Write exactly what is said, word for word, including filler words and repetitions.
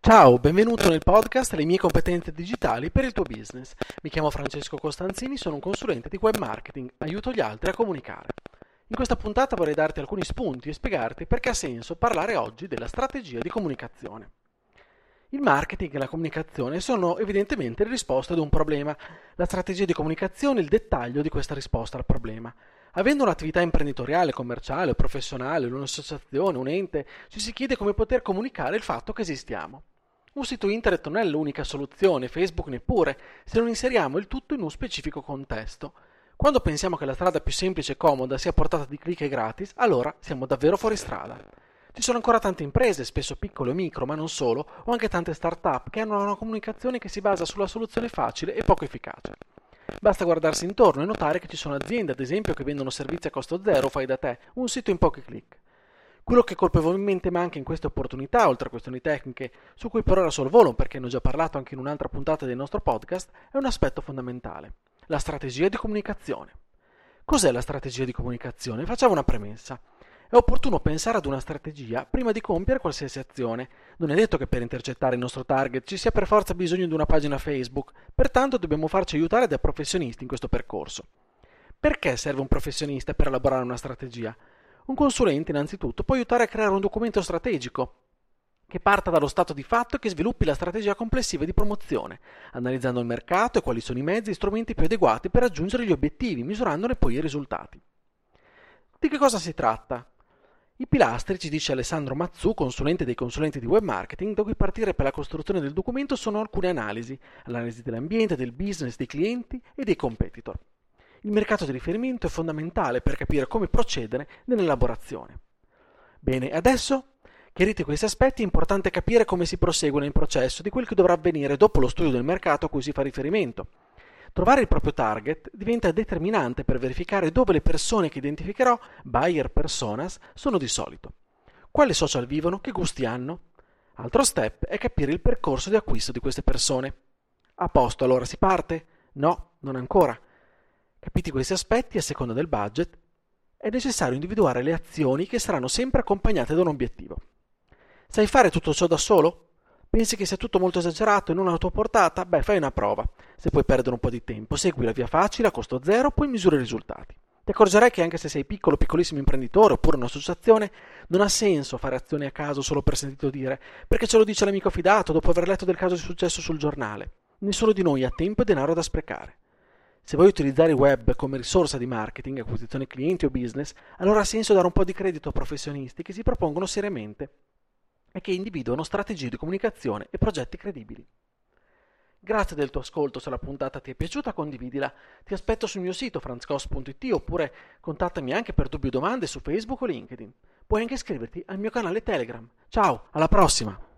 Ciao, benvenuto nel podcast Le mie competenze digitali per il tuo business. Mi chiamo Francesco Costanzini, sono un consulente di web marketing, aiuto gli altri a comunicare. In questa puntata vorrei darti alcuni spunti e spiegarti perché ha senso parlare oggi della strategia di comunicazione. Il marketing e la comunicazione sono evidentemente le risposte ad un problema. La strategia di comunicazione è il dettaglio di questa risposta al problema. Avendo un'attività imprenditoriale, commerciale o professionale, un'associazione, un ente, ci si chiede come poter comunicare il fatto che esistiamo. Un sito internet non è l'unica soluzione, Facebook neppure, se non inseriamo il tutto in un specifico contesto. Quando pensiamo che la strada più semplice e comoda sia a portata di click e gratis, allora siamo davvero fuori strada. Ci sono ancora tante imprese, spesso piccole o micro, ma non solo, o anche tante start-up che hanno una comunicazione che si basa sulla soluzione facile e poco efficace. Basta guardarsi intorno e notare che ci sono aziende, ad esempio, che vendono servizi a costo zero, fai da te, un sito in pochi click. Quello che colpevolmente manca in queste opportunità, oltre a questioni tecniche, su cui per ora sorvolo perché ne ho già parlato anche in un'altra puntata del nostro podcast, è un aspetto fondamentale: la strategia di comunicazione. Cos'è la strategia di comunicazione? Facciamo una premessa. È opportuno pensare ad una strategia prima di compiere qualsiasi azione. Non è detto che per intercettare il nostro target ci sia per forza bisogno di una pagina Facebook, pertanto dobbiamo farci aiutare da professionisti in questo percorso. Perché serve un professionista per elaborare una strategia? Un consulente, innanzitutto, può aiutare a creare un documento strategico che parta dallo stato di fatto e che sviluppi la strategia complessiva di promozione, analizzando il mercato e quali sono i mezzi e strumenti più adeguati per raggiungere gli obiettivi, misurandone poi i risultati. Di che cosa si tratta? I pilastri, ci dice Alessandro Mazzù, consulente dei consulenti di web marketing, da cui partire per la costruzione del documento sono alcune analisi, l'analisi dell'ambiente, del business, dei clienti e dei competitor. Il mercato di riferimento è fondamentale per capire come procedere nell'elaborazione. Bene, adesso, chiariti questi aspetti, è importante capire come si prosegue nel processo di quel che dovrà avvenire dopo lo studio del mercato a cui si fa riferimento. Trovare il proprio target diventa determinante per verificare dove le persone che identificherò, buyer personas, sono di solito. Quali social vivono, che gusti hanno? Altro step è capire il percorso di acquisto di queste persone. A posto, allora si parte? No, non ancora. Capiti questi aspetti, a seconda del budget, è necessario individuare le azioni che saranno sempre accompagnate da un obiettivo. Sai fare tutto ciò da solo? Pensi che sia tutto molto esagerato e non alla tua portata? Beh, fai una prova. Se puoi perdere un po' di tempo, segui la via facile a costo zero, poi misura i risultati. Ti accorgerai che anche se sei piccolo, piccolissimo imprenditore oppure un'associazione, non ha senso fare azioni a caso solo per sentito dire, perché ce lo dice l'amico fidato dopo aver letto del caso di successo sul giornale. Nessuno di noi ha tempo e denaro da sprecare. Se vuoi utilizzare il web come risorsa di marketing, acquisizione clienti o business, allora ha senso dare un po' di credito a professionisti che si propongono seriamente e che individuano strategie di comunicazione e progetti credibili. Grazie del tuo ascolto, se la puntata ti è piaciuta condividila, ti aspetto sul mio sito franzcos punto it oppure contattami anche per dubbi o domande su Facebook o LinkedIn. Puoi anche iscriverti al mio canale Telegram. Ciao, alla prossima!